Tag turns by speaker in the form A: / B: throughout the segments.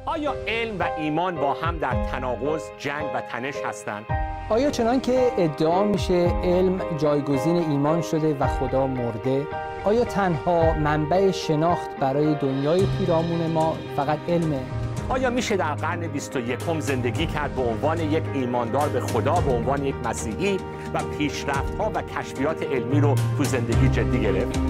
A: آیا علم و ایمان با هم در تناقض، جنگ و تنش هستند؟
B: آیا چنان که ادعا میشه علم جایگزین ایمان شده و خدا مرده؟ آیا تنها منبع شناخت برای دنیای پیرامون ما فقط علمه؟
A: آیا میشه در قرن 21 زندگی کرد به عنوان یک ایماندار به خدا، به عنوان یک مسیحی و پیشرفت‌ها و کشفیات علمی رو تو زندگی جدی گرفت؟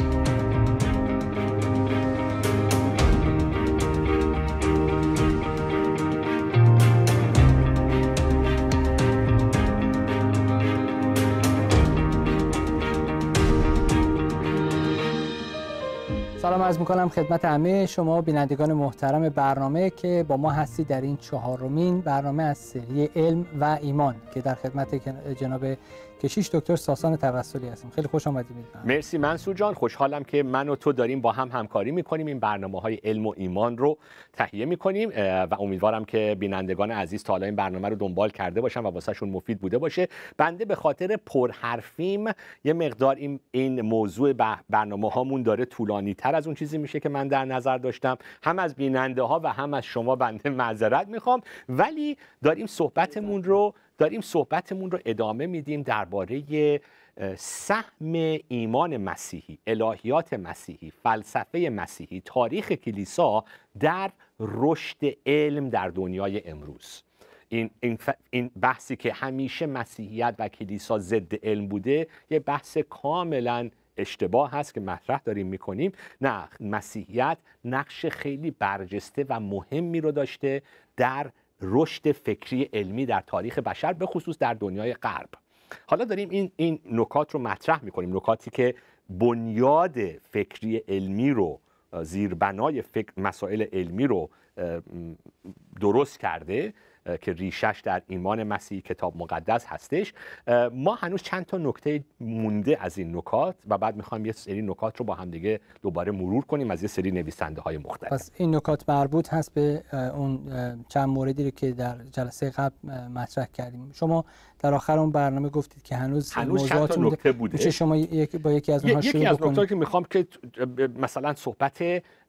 B: سلام عرض می‌کنم خدمت همه شما بینندگان محترم برنامه که با ما هستید در این 4مین برنامه از سری علم و ایمان که در خدمت جناب کشیش دکتر ساسان توسلی هستیم. خیلی خوش آمدید.
A: مرسی منصور جان، خوشحالم که من و تو داریم با هم همکاری می‌کنیم، این برنامه‌های علم و ایمان رو تهیه می‌کنیم و امیدوارم که بینندگان عزیز تا حالا این برنامه رو دنبال کرده باشن و واسهشون مفید بوده باشه. بنده به خاطر پرحرفیم یه مقدار این موضوع برنامه‌هامون داره طولانی‌تر از اون چیزی میشه که من در نظر داشتم. هم از بیننده‌ها و هم از شما بنده معذرت میخوام، ولی داریم صحبتمون رو ادامه میدیم درباره سهم ایمان مسیحی، الهیات مسیحی، فلسفه مسیحی، تاریخ کلیسا در رشد علم در دنیای امروز. این بحثی که همیشه مسیحیت و کلیسا ضد علم بوده یه بحث کاملا اشتباه هست که مطرح داریم میکنیم. نه، مسیحیت نقش خیلی برجسته و مهمی رو داشته در رشد فکری علمی در تاریخ بشر، به خصوص در دنیای غرب. حالا داریم این نکات رو مطرح میکنیم، نکاتی که بنیاد فکری علمی رو، زیربنای مسائل علمی رو درست کرده که ریشش در ایمان مسیحی کتاب مقدس هستش. ما هنوز چند تا نکته مونده از این نکات و بعد میخوایم یه سری نکات رو با هم دیگه دوباره مرور کنیم از یه سری نویسنده های مختلف.
B: پس این نکات مربوط هست به اون چند موردی که در جلسه قبل مطرح کردیم. شما در آخر اون برنامه گفتید که هنوز
A: چند تا نکته بوده.
B: چه شما با یکی از اونها شروع
A: بکنید؟ یکی از
B: نکاتی
A: که میخوام که مثلا صحبت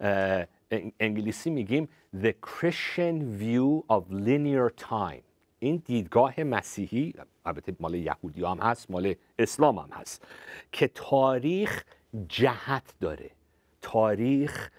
A: انگلیسی میگیم The Christian view of linear time. این دیدگاه مسیحی، البته مال یهودی هم هست، مال اسلام هم هست، که تاریخ جهت داره، تاریخ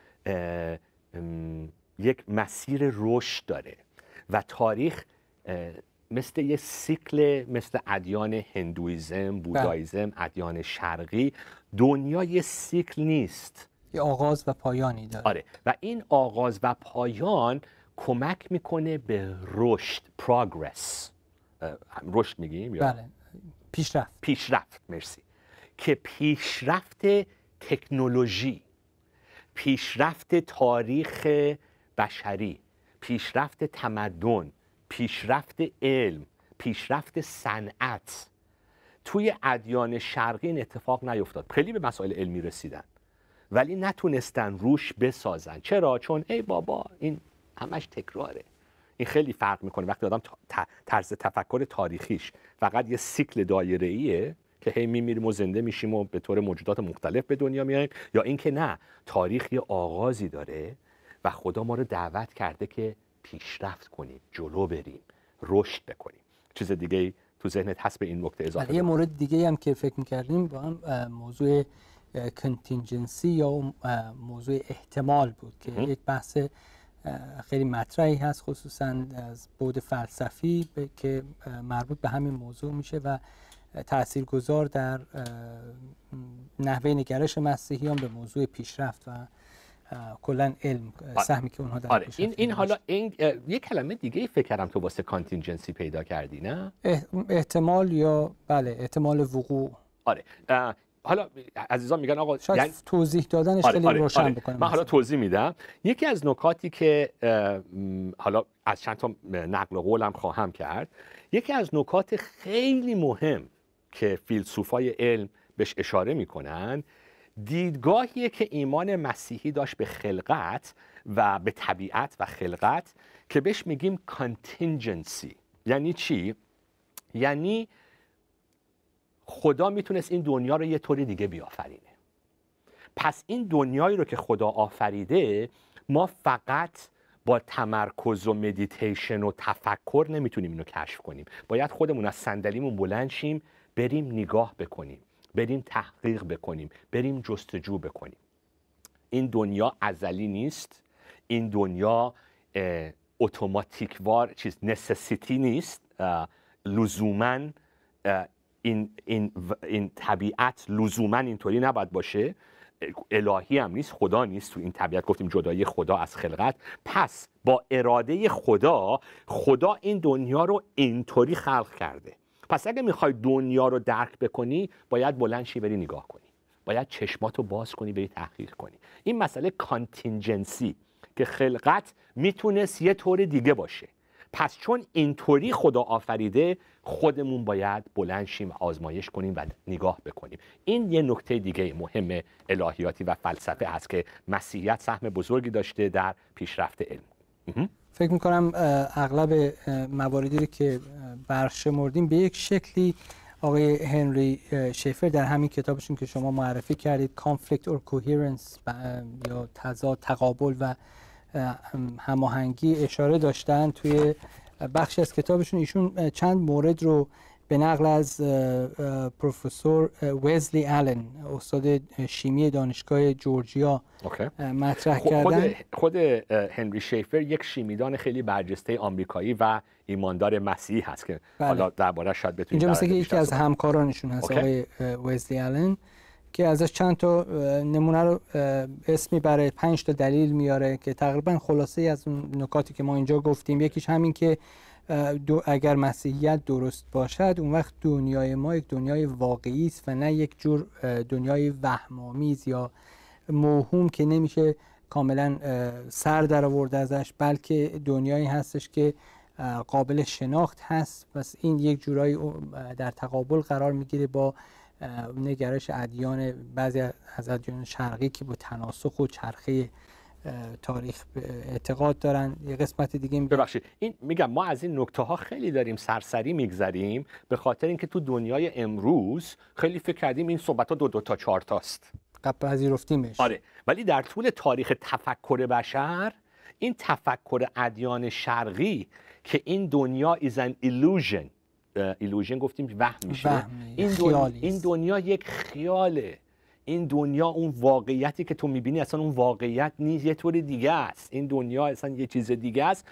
A: یک مسیر رشد داره و تاریخ مثل یه سیکل، مثل ادیان هندویزم، بوداییزم، ادیان شرقی، دنیا یه سیکل نیست،
B: یه آغاز و پایانی داره.
A: آره، و این آغاز و پایان کمک میکنه به رشد، پروگرس. رشد میگیم یا
B: بله،
A: پیشرفت. مرسی. که پیشرفت تکنولوژی، پیشرفت تاریخ بشری، پیشرفت تمدن، پیشرفت علم، پیشرفت صنعت. توی ادیان شرقی این اتفاق نیفتاد. خیلی به مسائل علمی رسیدن ولی نتونستن روش بسازن. چرا؟ چون ای بابا این همش تکراره. این خیلی فرق میکنه وقتی آدم طرز تفکر تاریخیش فقط یه سیکل دایره‌ایه که هی میمیریم و زنده میشیم و به طور موجودات مختلف به دنیا میایم، یا اینکه نه، تاریخ یه آغازی داره و خدا ما رو دعوت کرده که پیشرفت کنیم، جلو بریم، رشد بکنیم. چیز دیگه تو ذهنت هست به این نکته اضافه؟
B: یه مورد دیگه هم که فکر می‌کردیم با هم موضوع کنتینجنسی یا موضوع احتمال بود که یک بحث خیلی مطرحی هست، خصوصا از بعد فلسفی که مربوط به همین موضوع میشه و تاثیرگذار در نحوه نگرش مسیحیان به موضوع پیشرفت و کلا علم، سهمی که اونها در پیشرفت.
A: این حالا یک کلمه دیگه فکر کردم تو واسه کانتینجنسی پیدا کردی، نه؟
B: احتمال، یا بله، احتمال وقوع.
A: آره. حالا عزیزان میگن آقا
B: یعنی توضیح دادنش خیلی روشن بکنم.
A: من حالا توضیح میدم. یکی از نکاتی که حالا از چند تا نقل قولم خواهم کرد، یکی از نکات خیلی مهم که فیلسوفای علم بهش اشاره میکنن، دیدگاهیه که ایمان مسیحی داشت به خلقت و به طبیعت و خلقت که بهش میگیم کانتینجنسی. یعنی چی؟ یعنی خدا میتونست این دنیا رو یه طوری دیگه بیافرینه. پس این دنیایی رو که خدا آفریده ما فقط با تمرکز و مدیتیشن و تفکر نمیتونیم اینو کشف کنیم. باید خودمون از صندلیمون بلند شیم، بریم نگاه بکنیم، بریم تحقیق بکنیم، بریم جستجو بکنیم. این دنیا ازلی نیست، این دنیا اتوماتیکوار نسسیتی نیست، لزوماً این طبیعت لزوماً اینطوری نباید باشه، الهی هم نیست، خدا نیست تو این طبیعت، گفتیم جدایی خدا از خلقت. پس با اراده خدا این دنیا رو اینطوری خلق کرده. پس اگه میخوای دنیا رو درک بکنی باید بلند شی بری نگاه کنی، باید چشماتو باز کنی بری تحقیق کنی. این مسئله کانتینجنسی که خلقت میتونست یه طور دیگه باشه، پس چون اینطوری خدا آفریده خودمون باید بلند شیم آزمایش کنیم و نگاه بکنیم. این یه نکته دیگه مهم الهیاتی و فلسفه است که مسیحیت سهم بزرگی داشته در پیشرفت علم.
B: فکر میکنم اغلب مواردی رو که برشمردیم به یک شکلی آقای هنری شیفر در همین کتابشون که شما معرفی کردید Conflict or Coherence یا تضاد، تقابل و هماهنگی اشاره داشتن. توی بخشی از کتابشون ایشون چند مورد رو به نقل از پروفسور وزلی آلن، استاد شیمی دانشگاه جورجیا مطرح کردن.
A: خود هنری شیفر یک شیمیدان خیلی برجسته آمریکایی و ایماندار مسیحی هست که حالا درباره شاید بتونید
B: اینجا مثل یکی از همکارانشون هست آقای وزلی آلن که ازش چند تا نمونه رو اسمی برای 5 تا دلیل میاره که تقریبا خلاصه از اون نکاتی که ما اینجا گفتیم. یکیش همین که اگر مسیحیت درست باشد اون وقت دنیای ما یک دنیای واقعی است و نه یک جور دنیای وهم‌آمیز یا موهوم که نمیشه کاملا سر در آورد ازش، بلکه دنیایی هستش که قابل شناخت هست. پس این یک جورایی در تقابل قرار میگیره با نگرش ادیان، بعضی از ادیان شرقی که با تناسخ و چرخه تاریخ اعتقاد دارن. یه قسمت دیگه
A: ببخشید این میگم ما از این نکته ها خیلی داریم سرسری میگذریم به خاطر اینکه تو دنیای امروز خیلی فکر کردیم این صحبت ها 2 تا 4 تاست،
B: پذیرفتیمش.
A: آره، ولی در طول تاریخ تفکر بشر این تفکر ادیان شرقی که این دنیا is an illusion، ایلوژن گفتیم وهم میشه، این دنیا یک خیاله، این دنیا اون واقعیتی که تو میبینی اصلا اون واقعیت نیست، یه طور دیگه است، این دنیا اصلا یه چیز دیگه است.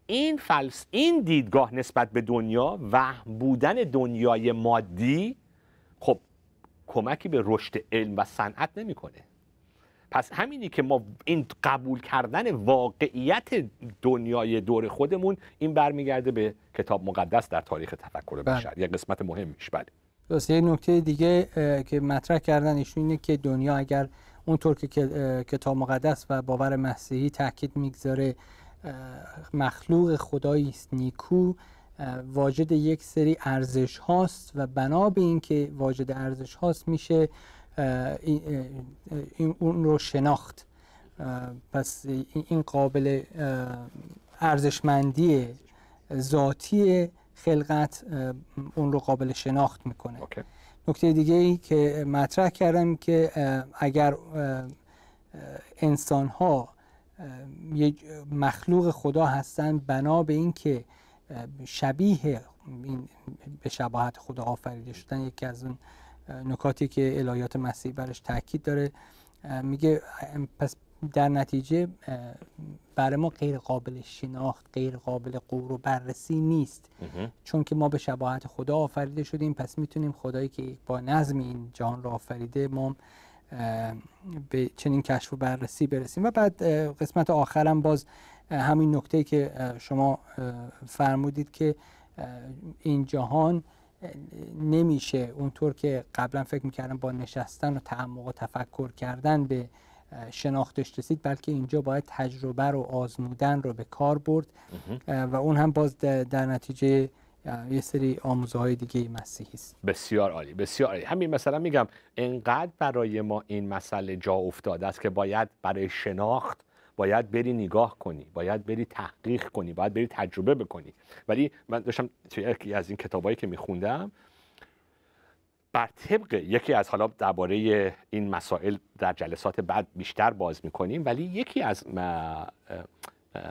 A: این دیدگاه نسبت به دنیا، وهم بودن دنیای مادی، خب کمکی به رشد علم و صنعت نمیکنه. پس همینی که ما این قبول کردن واقعیت دنیای دور خودمون، این برمیگرده به کتاب مقدس در تاریخ تفکر بشر، یه قسمت مهمیش. بله.
B: درسته. یه نکته دیگه که مطرح کردن ایشون اینه که دنیا اگر اونطور که کتاب مقدس و باور مسیحی تاکید میگذاره مخلوق خدایی است نیکو، واجد یک سری ارزش هاست و بنا به این که واجد ارزش هاست میشه اون رو شناخت. پس این قابل ارزشمندی ذاتی خلقت اون رو قابل شناخت میکنه. نکته دیگه ای که مطرح کردم که اگر انسان ها یک مخلوق خدا هستن بنا به این که شبیه به شباهت خدا آفریده شدن، یکی از اون نکاتی که الهیات مسیحی برش تاکید داره، میگه پس در نتیجه برای ما غیر قابل شناخت، غیر قابل غور و بررسی نیست، چون که ما به شباهت خدا آفریده شدیم. پس میتونیم خدایی که با نظم این جهان را آفریده ما به چنین کشف و بررسی برسیم. و بعد قسمت آخرم باز همین نکته که شما فرمودید که این جهان نمیشه اونطور که قبلا فکر میکردم با نشستن و تعمق و تفکر کردن به شناختش رسید، بلکه اینجا باید تجربه رو آزمودن رو به کار برد و اون هم باز در نتیجه یه سری آموزه‌های دیگه مسیحی است.
A: بسیار عالی، بسیار عالی. همین مثلا میگم انقدر برای ما این مسئله جا افتاده است که باید برای شناخت باید بری نگاه کنی، باید بری تحقیق کنی، باید بری تجربه بکنی. ولی من داشتم توی یکی از این کتابایی که میخوندم بر طبق یکی از، حالا درباره این مسائل در جلسات بعد بیشتر باز میکنیم، ولی یکی از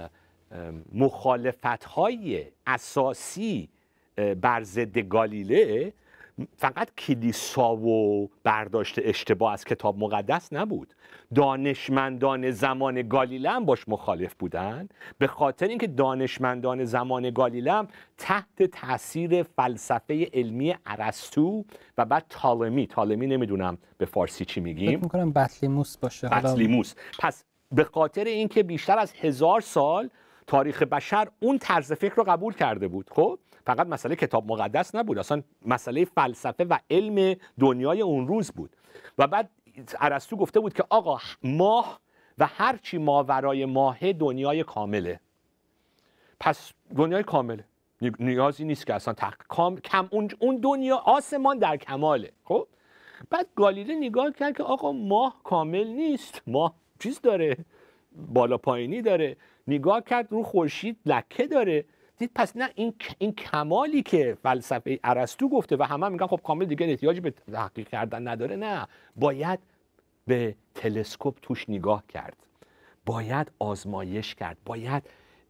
A: مخالفت‌های اساسی بر ضد گالیله فقط کلیسا و برداشت اشتباه از کتاب مقدس نبود. دانشمندان زمان گالیله هم باش مخالف بودن، به خاطر اینکه دانشمندان زمان گالیله هم تحت تاثیر فلسفه علمی ارسطو و بعد تالمی نمیدونم به فارسی چی میگیم،
B: فکر می‌کنم بطلیموس باشه.
A: بطلیموس. پس به خاطر اینکه بیشتر از 1000 سال تاریخ بشر اون طرز فکر رو قبول کرده بود. خب فقط مسئله کتاب مقدس نبود، اصلا مسئله فلسفه و علم دنیای اون روز بود. و بعد ارسطو گفته بود که آقا ماه و هرچی ماورای ماه دنیای کامله، پس دنیای کامله، نیازی نیست که اصلا اون دنیا آسمان در کماله. خب بعد گالیله نگاه کرد که آقا ماه کامل نیست، ماه چیز داره، بالا پایینی داره، نگاه کرد رو خورشید لکه داره، دید پس نه این کمالی که فلسفه ارسطو گفته و همه میگن خب کامل دیگه احتیاجی به تحقیق کردن نداره، نه، باید به تلسکوپ توش نگاه کرد، باید آزمایش کرد، باید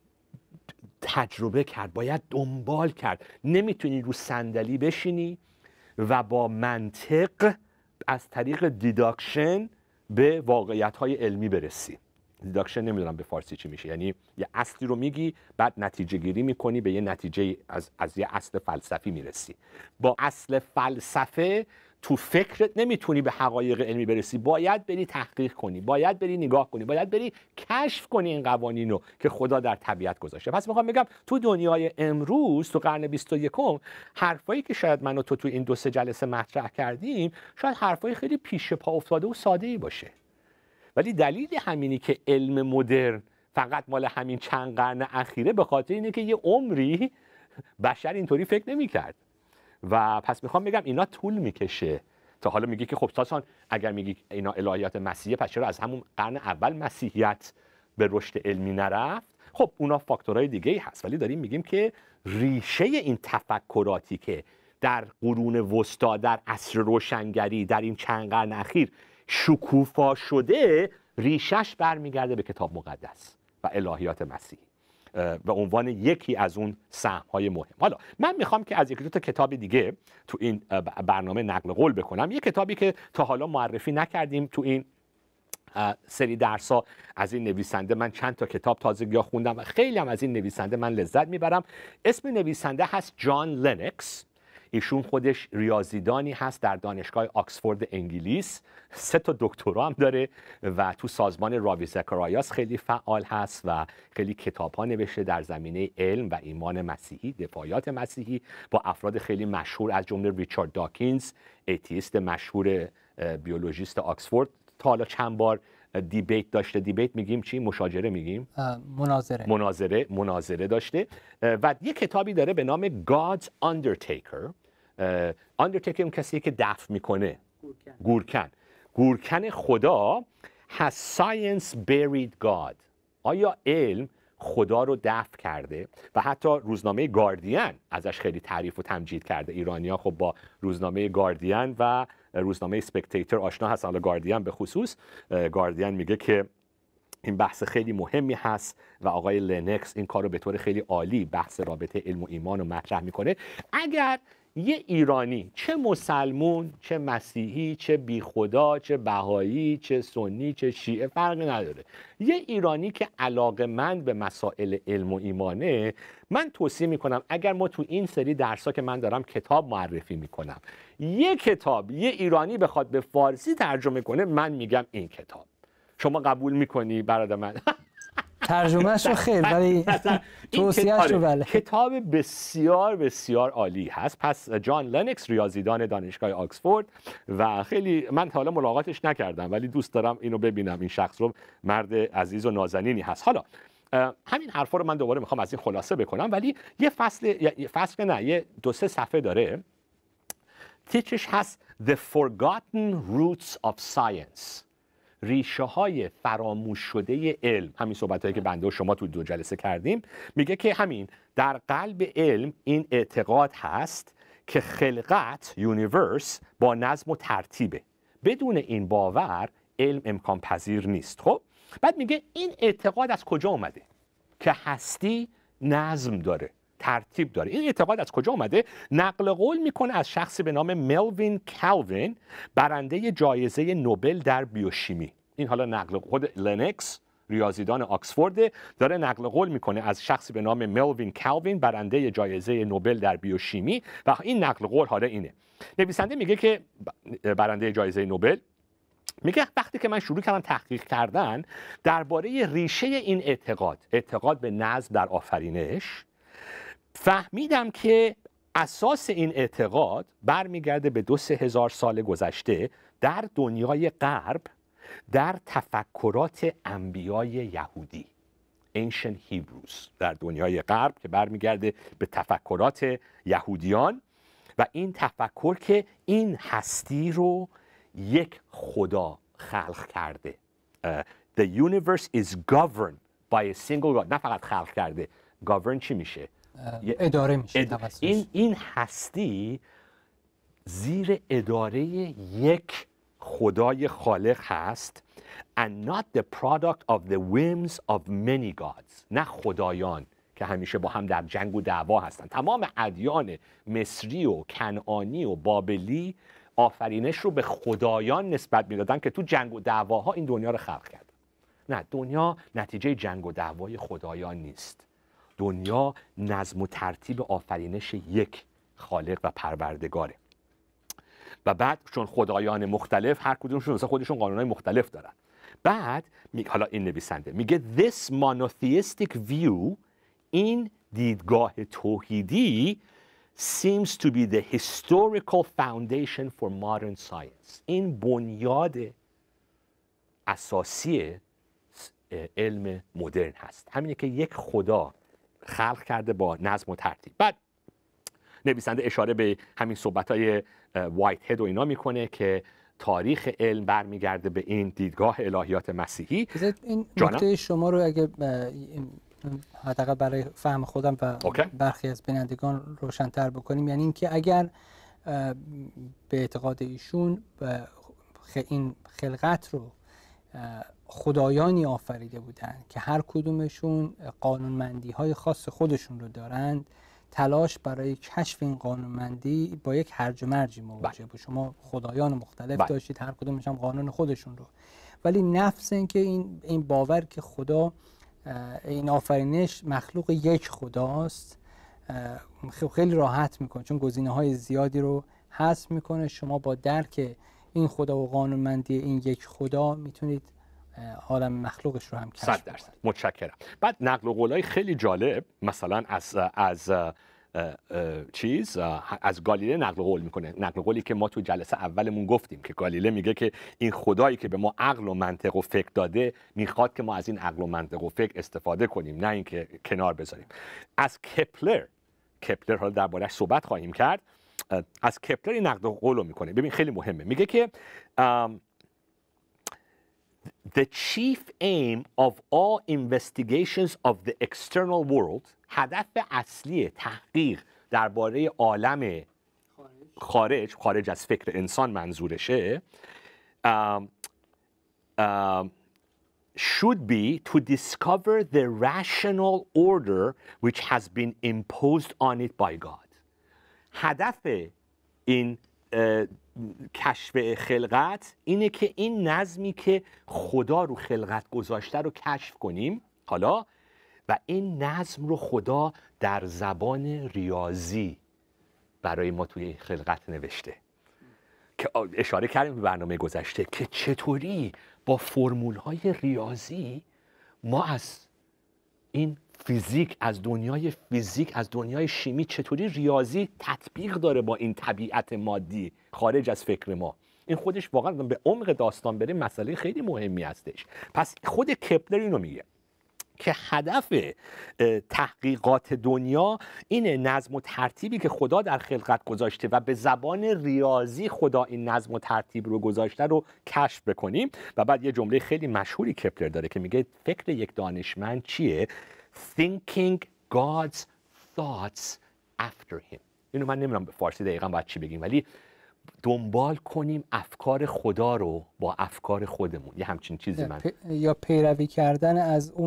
A: تجربه کرد، باید دنبال کرد. نمیتونی رو صندلی بشینی و با منطق از طریق دیداکشن به واقعیت‌های علمی برسی. دیداکشن نمیدونم به فارسی چی میشه، یعنی یه اصلی رو میگی بعد نتیجه گیری میکنی، به یه نتیجه از یه اصل فلسفی میرسی. با اصل فلسفه تو فکرت نمیتونی به حقایق علمی برسی، باید بری تحقیق کنی، باید بری نگاه کنی، باید بری کشف کنی این قوانین رو که خدا در طبیعت گذاشته. پس میخوام بگم تو دنیای امروز، تو قرن 21، حرفایی که شاید من و تو این 2-3 جلسه مطرح کردیم شاید حرفای خیلی پیش پا افتاده و ساده‌ای باشه، ولی دلیل همینی که علم مدرن فقط مال همین چند قرن اخیره به خاطر اینه که یه عمری بشر اینطوری فکر نمی‌کرد. و پس میخوام بگم اینا طول میکشه. تا حالا میگی که خب تاسان اگر میگی اینا الهیات مسیحیه، پس چرا از همون قرن اول مسیحیت به رشد علمی نرفت؟ خب اونا فاکتورهای دیگه‌ای هست، ولی داریم میگیم که ریشه این تفکراتی که در قرون وسطا، در عصر روشنگری، در این چند قرن اخیر شکوفا شده، ریشش برمیگرده به کتاب مقدس و الهیات مسیحی به عنوان یکی از اون سهم‌های مهم. حالا من میخوام که از 1-2 تا کتاب دیگه تو این برنامه نقل قول بکنم. یه کتابی که تا حالا معرفی نکردیم تو این سری درس‌ها از این نویسنده، من چند تا کتاب تازگی خوندم و خیلی هم از این نویسنده من لذت میبرم. اسم نویسنده هست جان لنکس. ایشون خودش ریاضیدانی هست در دانشگاه آکسفورد انگلیس، 3 تا دکترا هم داره و تو سازمان راوی زکرایاس خیلی فعال هست و خیلی کتاب‌ها نوشته در زمینه علم و ایمان مسیحی، دفاعات مسیحی، با افراد خیلی مشهور از جمله ریچارد داکینز، ایتیست مشهور بیولوژیست آکسفورد، تا حالا چند بار دیبیت داشته. دیبیت میگیم چی؟ مشاجره میگیم؟ مناظره داشته. و یه کتابی داره به نام God's Undertaker. Undertaker اون کسی که دفن میکنه، گورکن خدا. Has science buried God؟ آیا علم خدا رو دفن کرده؟ و حتی روزنامه گاردین ازش خیلی تعریف و تمجید کرده. ایرانی‌ها خب با روزنامه گاردین و روزنامه اسپکتیتور آشنا هستن. حالا گاردین به خصوص، گاردین میگه که این بحث خیلی مهمی هست و آقای لنکس این کار رو به طور خیلی عالی بحث رابطه علم و ایمان رو مطرح میکنه. اگر یه ایرانی، چه مسلمون، چه مسیحی، چه بی خدا، چه بهایی، چه سنی، چه شیعه، فرقی نداره، یه ایرانی که علاقه‌مند به مسائل علم و ایمانه، من توصیه میکنم اگر ما تو این سری درس‌ها که من دارم کتاب معرفی میکنم، یه کتاب یه ایرانی بخواد به فارسی ترجمه کنه، من میگم این کتاب. شما قبول میکنی برادر من؟
B: ترجمهش رو خیلی، ولی توصیه‌اش رو بله.
A: کتاب بسیار بسیار عالی هست. پس جان لنکس، ریاضیدان دانشگاه آکسفورد، و خیلی من تا حالا ملاقاتش نکردم ولی دوست دارم اینو ببینم. این شخص رو مرد عزیز و نازنینی هست. حالا همین حرفا رو من دوباره میخوام از این خلاصه بکنم، ولی یه فصل نه، یه 2-3 صفحه داره. تیترش هست The Forgotten Roots of Science، ریشه های فراموش شده علم. همین صحبت هایی که بنده و شما تو 2 جلسه کردیم. میگه که همین در قلب علم این اعتقاد هست که خلقت، یونیورس، با نظم و ترتیبه. بدون این باور علم امکان پذیر نیست. خب بعد میگه این اعتقاد از کجا اومده؟ که هستی نظم داره، ترتیب داره. این اعتقاد از کجا اومده؟ نقل قول میکنه از شخصی به نام ملوین کالوین، برنده جایزه نوبل در بیوشیمی. این حالا نقل خود لنکس ریاضیدان آکسفورد داره نقل قول میکنه از شخصی به نام ملوین کالوین، برنده جایزه نوبل در بیوشیمی، و این نقل قول حالا اینه. نویسنده میگه که برنده جایزه نوبل میگه وقتی که من شروع کردم تحقیق کردن درباره ریشه این اعتقاد به نظم در آفرینش، فهمیدم که اساس این اعتقاد برمیگرده به 2-3 هزار سال گذشته در دنیای غرب، در تفکرات انبیای یهودی، Ancient Hebrews، در دنیای غرب که برمیگرده به تفکرات یهودیان و این تفکر که این هستی رو یک خدا خلق کرده. The universe is governed by a single God. نه فقط خلق کرده، govern چی میشه؟
B: اداره میشه.
A: این هستی زیر اداره یک خدای خالق هست and not the product of the whims of many gods. نه خدایان که همیشه با هم در جنگ و دعوا هستن. تمام ادیان مصری و کنعانی و بابلی آفرینش رو به خدایان نسبت میدادن که تو جنگ و دعواها این دنیا رو خلق کردن. نه، دنیا نتیجه جنگ و دعوای خدایان نیست. دنیا نظم و ترتیب آفرینش یک خالق و پروردگاره. و بعد چون خدایان مختلف هر کدومشون واسه خودشون قانونای مختلف دارن. بعد حالا این نویسنده میگه this monotheistic view، این دیدگاه توحیدی seems to be the historical foundation for modern science. این بنیاد اساسی علم مدرن هست. همینه که یک خدا خلق کرده با نظم و ترتیب. بعد نویسنده اشاره به همین صحبت‌های وایت هد و اینا میکنه که تاریخ علم برمیگرده به این دیدگاه الهیات مسیحی.
B: این نکته شما رو اگه حداقل برای فهم خودم و برخی از بینندگان روشن‌تر بکنیم، یعنی اینکه اگر به اعتقاد ایشون این خلقت رو خدایانی آفریده بودن که هر کدومشون قانونمندی‌های خاص خودشون رو دارند، تلاش برای کشف این قانونمندی با یک هرج و مرجی مواجه بود. شما خدایان مختلف داشتید، هر کدومش هم قانون خودشون رو، ولی نفس این که این باور که خدا، این آفرینش مخلوق یک خداست، خیلی راحت میکنه، چون گزینه‌های زیادی رو حذف میکنه. شما با درک این خدا و قانونمندی این یک خدا میتونید عالم مخلوقش رو هم کشف کنید. 100%.
A: متشکرم. بعد نقل و قولای خیلی جالب، مثلا از گالیله نقل قول میکنه. نقل قولی که ما تو جلسه اولمون گفتیم که گالیله میگه که این خدایی که به ما عقل و منطق و فکر داده میخواد که ما از این عقل و منطق و فکر استفاده کنیم، نه اینکه کنار بذاریم. از کپلر حالا درباره‌اش صحبت خواهیم کرد. از کپلر این نقل قول رو میکنه. ببین خیلی مهمه. میگه که The chief aim of all investigations of the external world، هدف اصلی تحقیق درباره عالم خارج از فکر انسان منظورشه، should be to discover the rational order which has been imposed on it by God. هدف این کشف خلقت اینه که این نظمی که خدا رو خلقت گذاشته رو کشف کنیم حالا، و این نظم رو خدا در زبان ریاضی برای ما توی خلقت نوشته که اشاره کردیم به برنامه گذشته که چطوری با فرمول‌های ریاضی ما از این فیزیک، از دنیای فیزیک، از دنیای شیمی، چطوری ریاضی تطبیق داره با این طبیعت مادی خارج از فکر ما. این خودش واقعا به عمق داستان بره مسئله خیلی مهمی هستش. پس خود کپلر اینو میگه که هدف تحقیقات دنیا اینه نظم و ترتیبی که خدا در خلقت گذاشته و به زبان ریاضی خدا این نظم و ترتیب رو گذاشته رو کشف بکنیم. و بعد یه جمله خیلی مشهوری کپلر داره که میگه فکر یک دانشمند چیه؟ Thinking God's thoughts after him. اینو من نمیدونم به فارسی دقیقاً باید چی بگیم، ولی دنبال کنیم افکار خدا رو با افکار خودمون، یه همچین چیزی. من
B: یا پیروی کردن از اون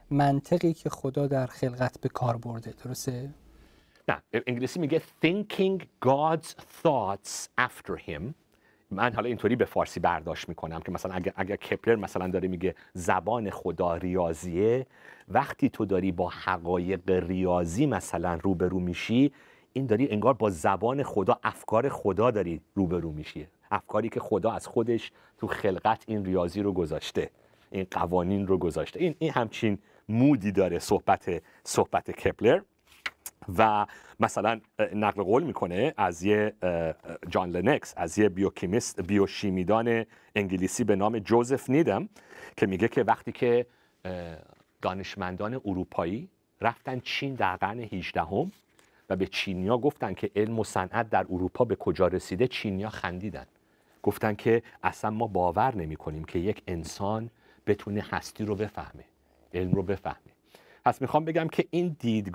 B: منطقی که خدا در خلقت به کار برده. درسته؟
A: نه، انگلیسی میگه thinking God's thoughts after him. من حالا اینطوری به فارسی برداشت میکنم که مثلا اگر کپلر مثلا داره میگه زبان خدا ریاضیه، وقتی تو داری با حقایق ریاضی مثلا روبرو میشی، این داری انگار با زبان خدا، افکار خدا داری روبرو میشی، افکاری که خدا از خودش تو خلقت این ریاضی رو گذاشته، این قوانین رو گذاشته. این همچین مودی داره صحبت کپلر. و مثلا نقل قول میکنه از یه جان لنکس، از یه بیوشیمیدان انگلیسی به نام جوزف نیدم، که میگه که وقتی که دانشمندان اروپایی رفتن چین در قرن 18 و به چینیا گفتن که علم و صنعت در اروپا به کجا رسیده، چینیا خندیدن، گفتن که اصلا ما باور نمی کنیم که یک انسان بتونه هستی رو بفهمه، علم رو بفهمه. پس میخوام بگم که این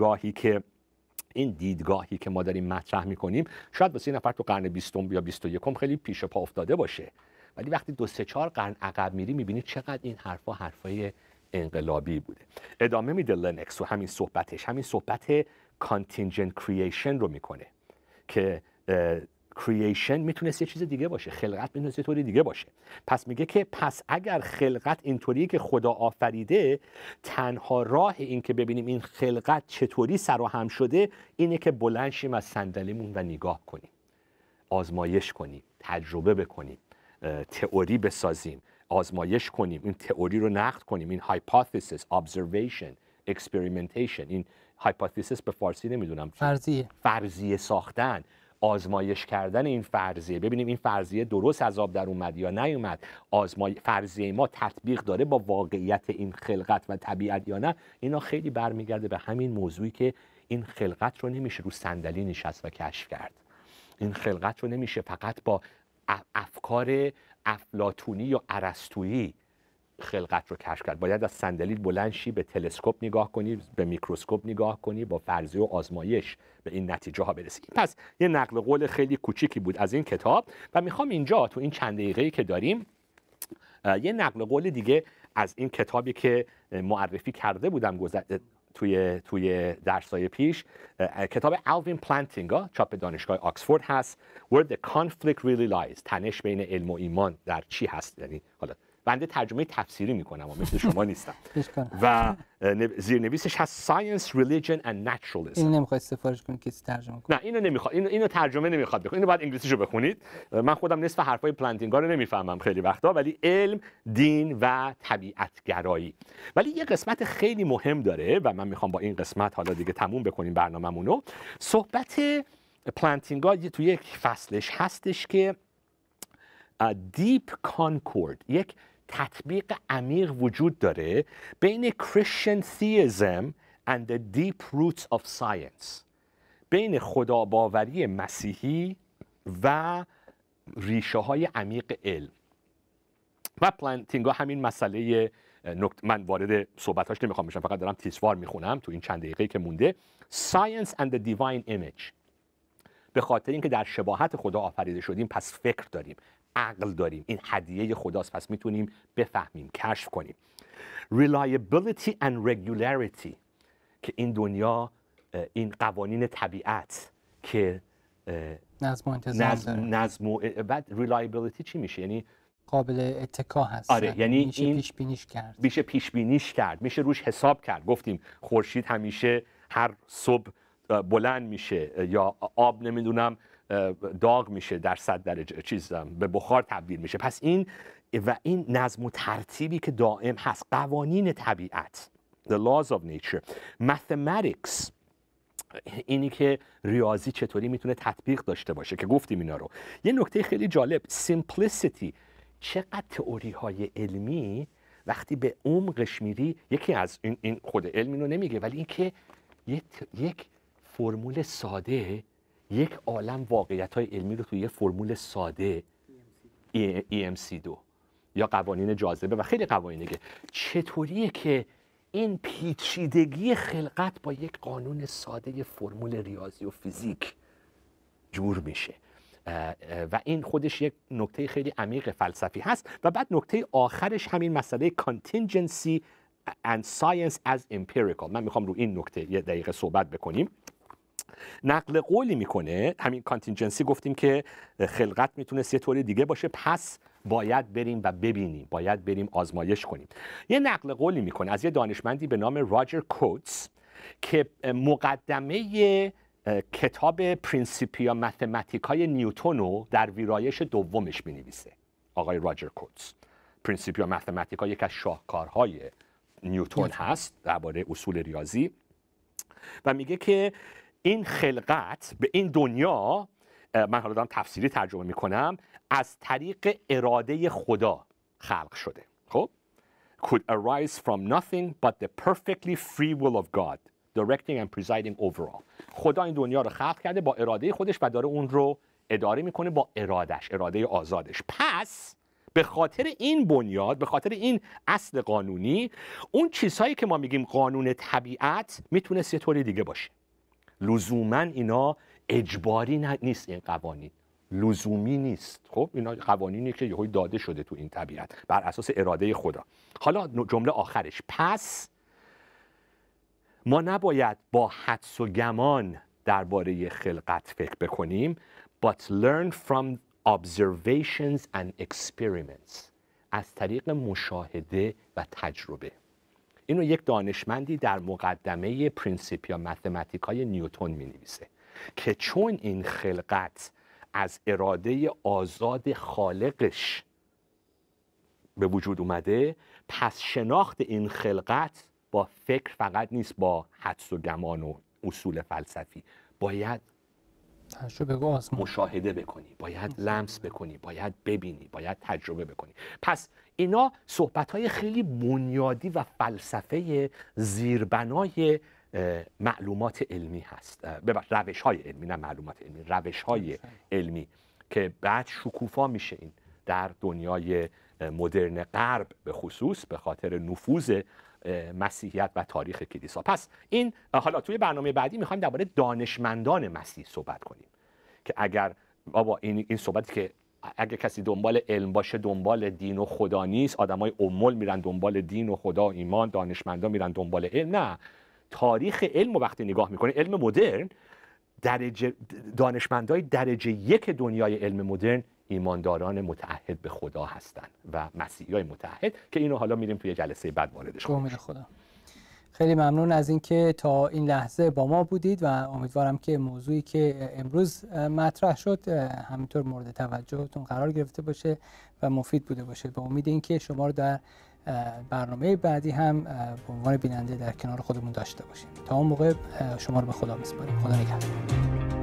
A: دیدگاهی که ما داریم مطرح میکنیم شاید واسه نفر تو قرن 20 یا 21 خیلی پیش پا افتاده باشه، ولی وقتی 2-3-4 قرن عقب میری میبینی چقدر این حرفای انقلابی بوده. ادامه میده لنکس و همین صحبت contingent creation رو میکنه که creation میتونست یه چیز دیگه باشه، خلقت میتونست یه طوری دیگه باشه. پس میگه که اگر خلقت اینطوریه که خدا آفریده، تنها راه این که ببینیم این خلقت چطوری سر و هم شده اینه که بلند شیم از صندلیمون و نگاه کنیم، آزمایش کنیم، تجربه بکنیم، تئوری بسازیم، آزمایش کنیم، این تئوری رو نقد کنیم، این hypothesis، observation، experimentation. این hypothesis به فارسی نمیدونم، فرضیه ساختن، آزمایش کردن این فرضیه، ببینیم این فرضیه درست از آب در اومد یا نیومد، فرضیه ما تطبیق داره با واقعیت این خلقت و طبیعت یا نه. اینا خیلی برمیگرده به همین موضوعی که این خلقت رو نمیشه رو صندلی نشست و کشف کرد، این خلقت رو نمیشه فقط با افکار افلاطونی یا ارسطویی خلقت رو کشف کرد. باید از صندلی بلند شی، به تلسکوپ نگاه کنی، به میکروسکوپ نگاه کنی، با فرضیه و آزمایش به این نتیجه ها برسی. پس یه نقل قول خیلی کوچیکی بود از این کتاب و میخوام اینجا تو این چند دقیقه‌ای که داریم یه نقل قول دیگه از این کتابی که معرفی کرده بودم توی درس‌های پیش، کتاب الوین پلانتینگا، چاپ دانشگاه آکسفورد هست، Where the Conflict Really Lies، تنش بین علم و ایمان در چی هست. یعنی حالا بنده ترجمه تفسیری میکنم و مثل شما نیستم و زیرنویسش هست Science, Religion and Naturalism.
B: این نمیخواد سفارش کنید کسی ترجمه کنه؟
A: نه، اینو نمیخواد، اینو ترجمه نمیخواد بکنید، اینو باید انگلیسیشو بخونید. من خودم نصف حرفای پلانتینگا رو نمیفهمم خیلی وقتا، ولی علم، دین و طبیعت گرایی. ولی یه قسمت خیلی مهم داره و من میخوام با این قسمت حالا دیگه تموم بکنیم برنامه‌مونو. صحبت پلانتینگا توی یک فصلش هستش که Deep Concord، یک تطبیق عمیق وجود داره بین Christian Theism and the Deep Roots of Science، بین خداباوری مسیحی و ریشه های عمیق علم. و پلانتینگا همین مسئله من وارد صحبتاش نمیخوام بشم، فقط دارم تیزوار میخونم تو این چند دقیقه‌ای که مونده. Science and the Divine Image، به خاطر اینکه در شباهت خدا آفریده شدیم پس فکر داریم، عقل داریم، این هدیه خداست، پس میتونیم بفهمیم، کشف کنیم. Reliability and regularity، که این دنیا، این قوانین طبیعت که
B: نظم و انتظام داره.
A: بعد reliability چی میشه؟ یعنی
B: قابل اتکا هست.
A: آره، یعنی
B: میشه پیش بینیش کرد.
A: میشه پیش بینیش کرد، میشه روش حساب کرد. گفتیم خورشید همیشه هر صبح بلند میشه یا آب نمیدونم داغ میشه در 100 درجه به بخار تبدیل میشه. پس این نظم و ترتیبی که دائم هست، قوانین طبیعت، the laws of nature. mathematics، اینی که ریاضی چطوری میتونه تطبیق داشته باشه که گفتیم اینا رو. یه نکته خیلی جالب، simplicity، چقدر تئوری های علمی وقتی به عمقش میری، یکی از این خود علم اینو نمیگه، ولی اینکه یک فرمول ساده، یک عالم واقعیت های علمی رو توی یه فرمول ساده EMC2 یا قوانین جاذبه و خیلی قوانین دیگه، چطوریه که این پیچیدگی خلقت با یک قانون ساده، یه فرمول ریاضی و فیزیک جور میشه. و این خودش یک نکته خیلی عمیق فلسفی هست. و بعد نکته آخرش همین مسئله contingency and science as empirical. من میخوام رو این نکته یه دقیقه صحبت بکنیم. نقل قولی میکنه، همین کانتینجنسی گفتیم که خلقت میتونست یه طور دیگه باشه، پس باید بریم و ببینیم، باید بریم آزمایش کنیم. یه نقل قولی میکنه از یه دانشمندی به نام راجر کوتس که مقدمه کتاب پرینسیپیا ماتماتیکای نیوتن رو در ویرایش دومش مینویسه. آقای راجر کوتس، پرینسیپیا ماتماتیکا یک از شاهکارهای نیوتن هست درباره اصول ریاضی و میگه که این خلقت به این دنیا، من حالا دارم تفسیری ترجمه میکنم، از طریق اراده خدا خلق شده. خب could arise from nothing but the perfectly free will of God directing and presiding over all. خدا این دنیا رو خلق کرده با اراده خودش و داره اون رو اداره میکنه با ارادش، اراده آزادش. پس به خاطر این بنیاد، به خاطر این اصل قانونی، اون چیزهایی که ما میگیم قانون طبیعت میتونست یه طوری دیگه باشه. لزوما اینا اجباری نیست، این قوانین لزومی نیست. خب اینا قوانینی که یهو داده شده تو این طبیعت بر اساس اراده خدا. حالا جمله آخرش، پس ما نباید با حدس و گمان درباره خلقت فکر بکنیم but learn from observations and experiments، از طریق مشاهده و تجربه. اینو یک دانشمندی در مقدمه پرینسیپیا ماتماتیکای نیوتن می‌نویسه که چون این خلقت از اراده آزاد خالقش به وجود اومده، پس شناخت این خلقت با فکر فقط نیست، با حدس و گمان و اصول فلسفی، باید مشاهده بکنی، باید لمس بکنی، باید ببینی، باید تجربه بکنی. پس اینا صحبت‌های خیلی بنیادی و فلسفه زیربنای معلومات علمی هست. روش‌های علمی، نه معلومات علمی، روش‌های علمی که بعد شکوفا میشه این در دنیای مدرن غرب به خصوص به خاطر نفوذ مسیحیت و تاریخ کلیسا. پس این حالا توی برنامه بعدی میخوایم درباره دانشمندان مسیح صحبت کنیم که اگر بابا این صحبتی که اگه کسی دنبال علم باشه دنبال دین و خدا نیست، آدمای امول میرن دنبال دین و خدا و ایمان، دانشمندان میرن دنبال علم. نه، تاریخ علم رو وقتی نگاه میکنه، علم مدرن، دانشمندای درجه یک دنیای علم مدرن ایمانداران متعهد به خدا هستن و مسیحیای متعهد که اینو حالا میریم توی جلسه بعد واردش کنیم. خدا.
B: خیلی ممنون از اینکه تا این لحظه با ما بودید و امیدوارم که موضوعی که امروز مطرح شد همینطور مورد توجهتون قرار گرفته باشه و مفید بوده باشه. به امید اینکه شما رو در برنامه بعدی هم به عنوان بیننده در کنار خودمون داشته باشیم. تا اون موقع شما رو به خدا میسپاریم. خدا نگهدار.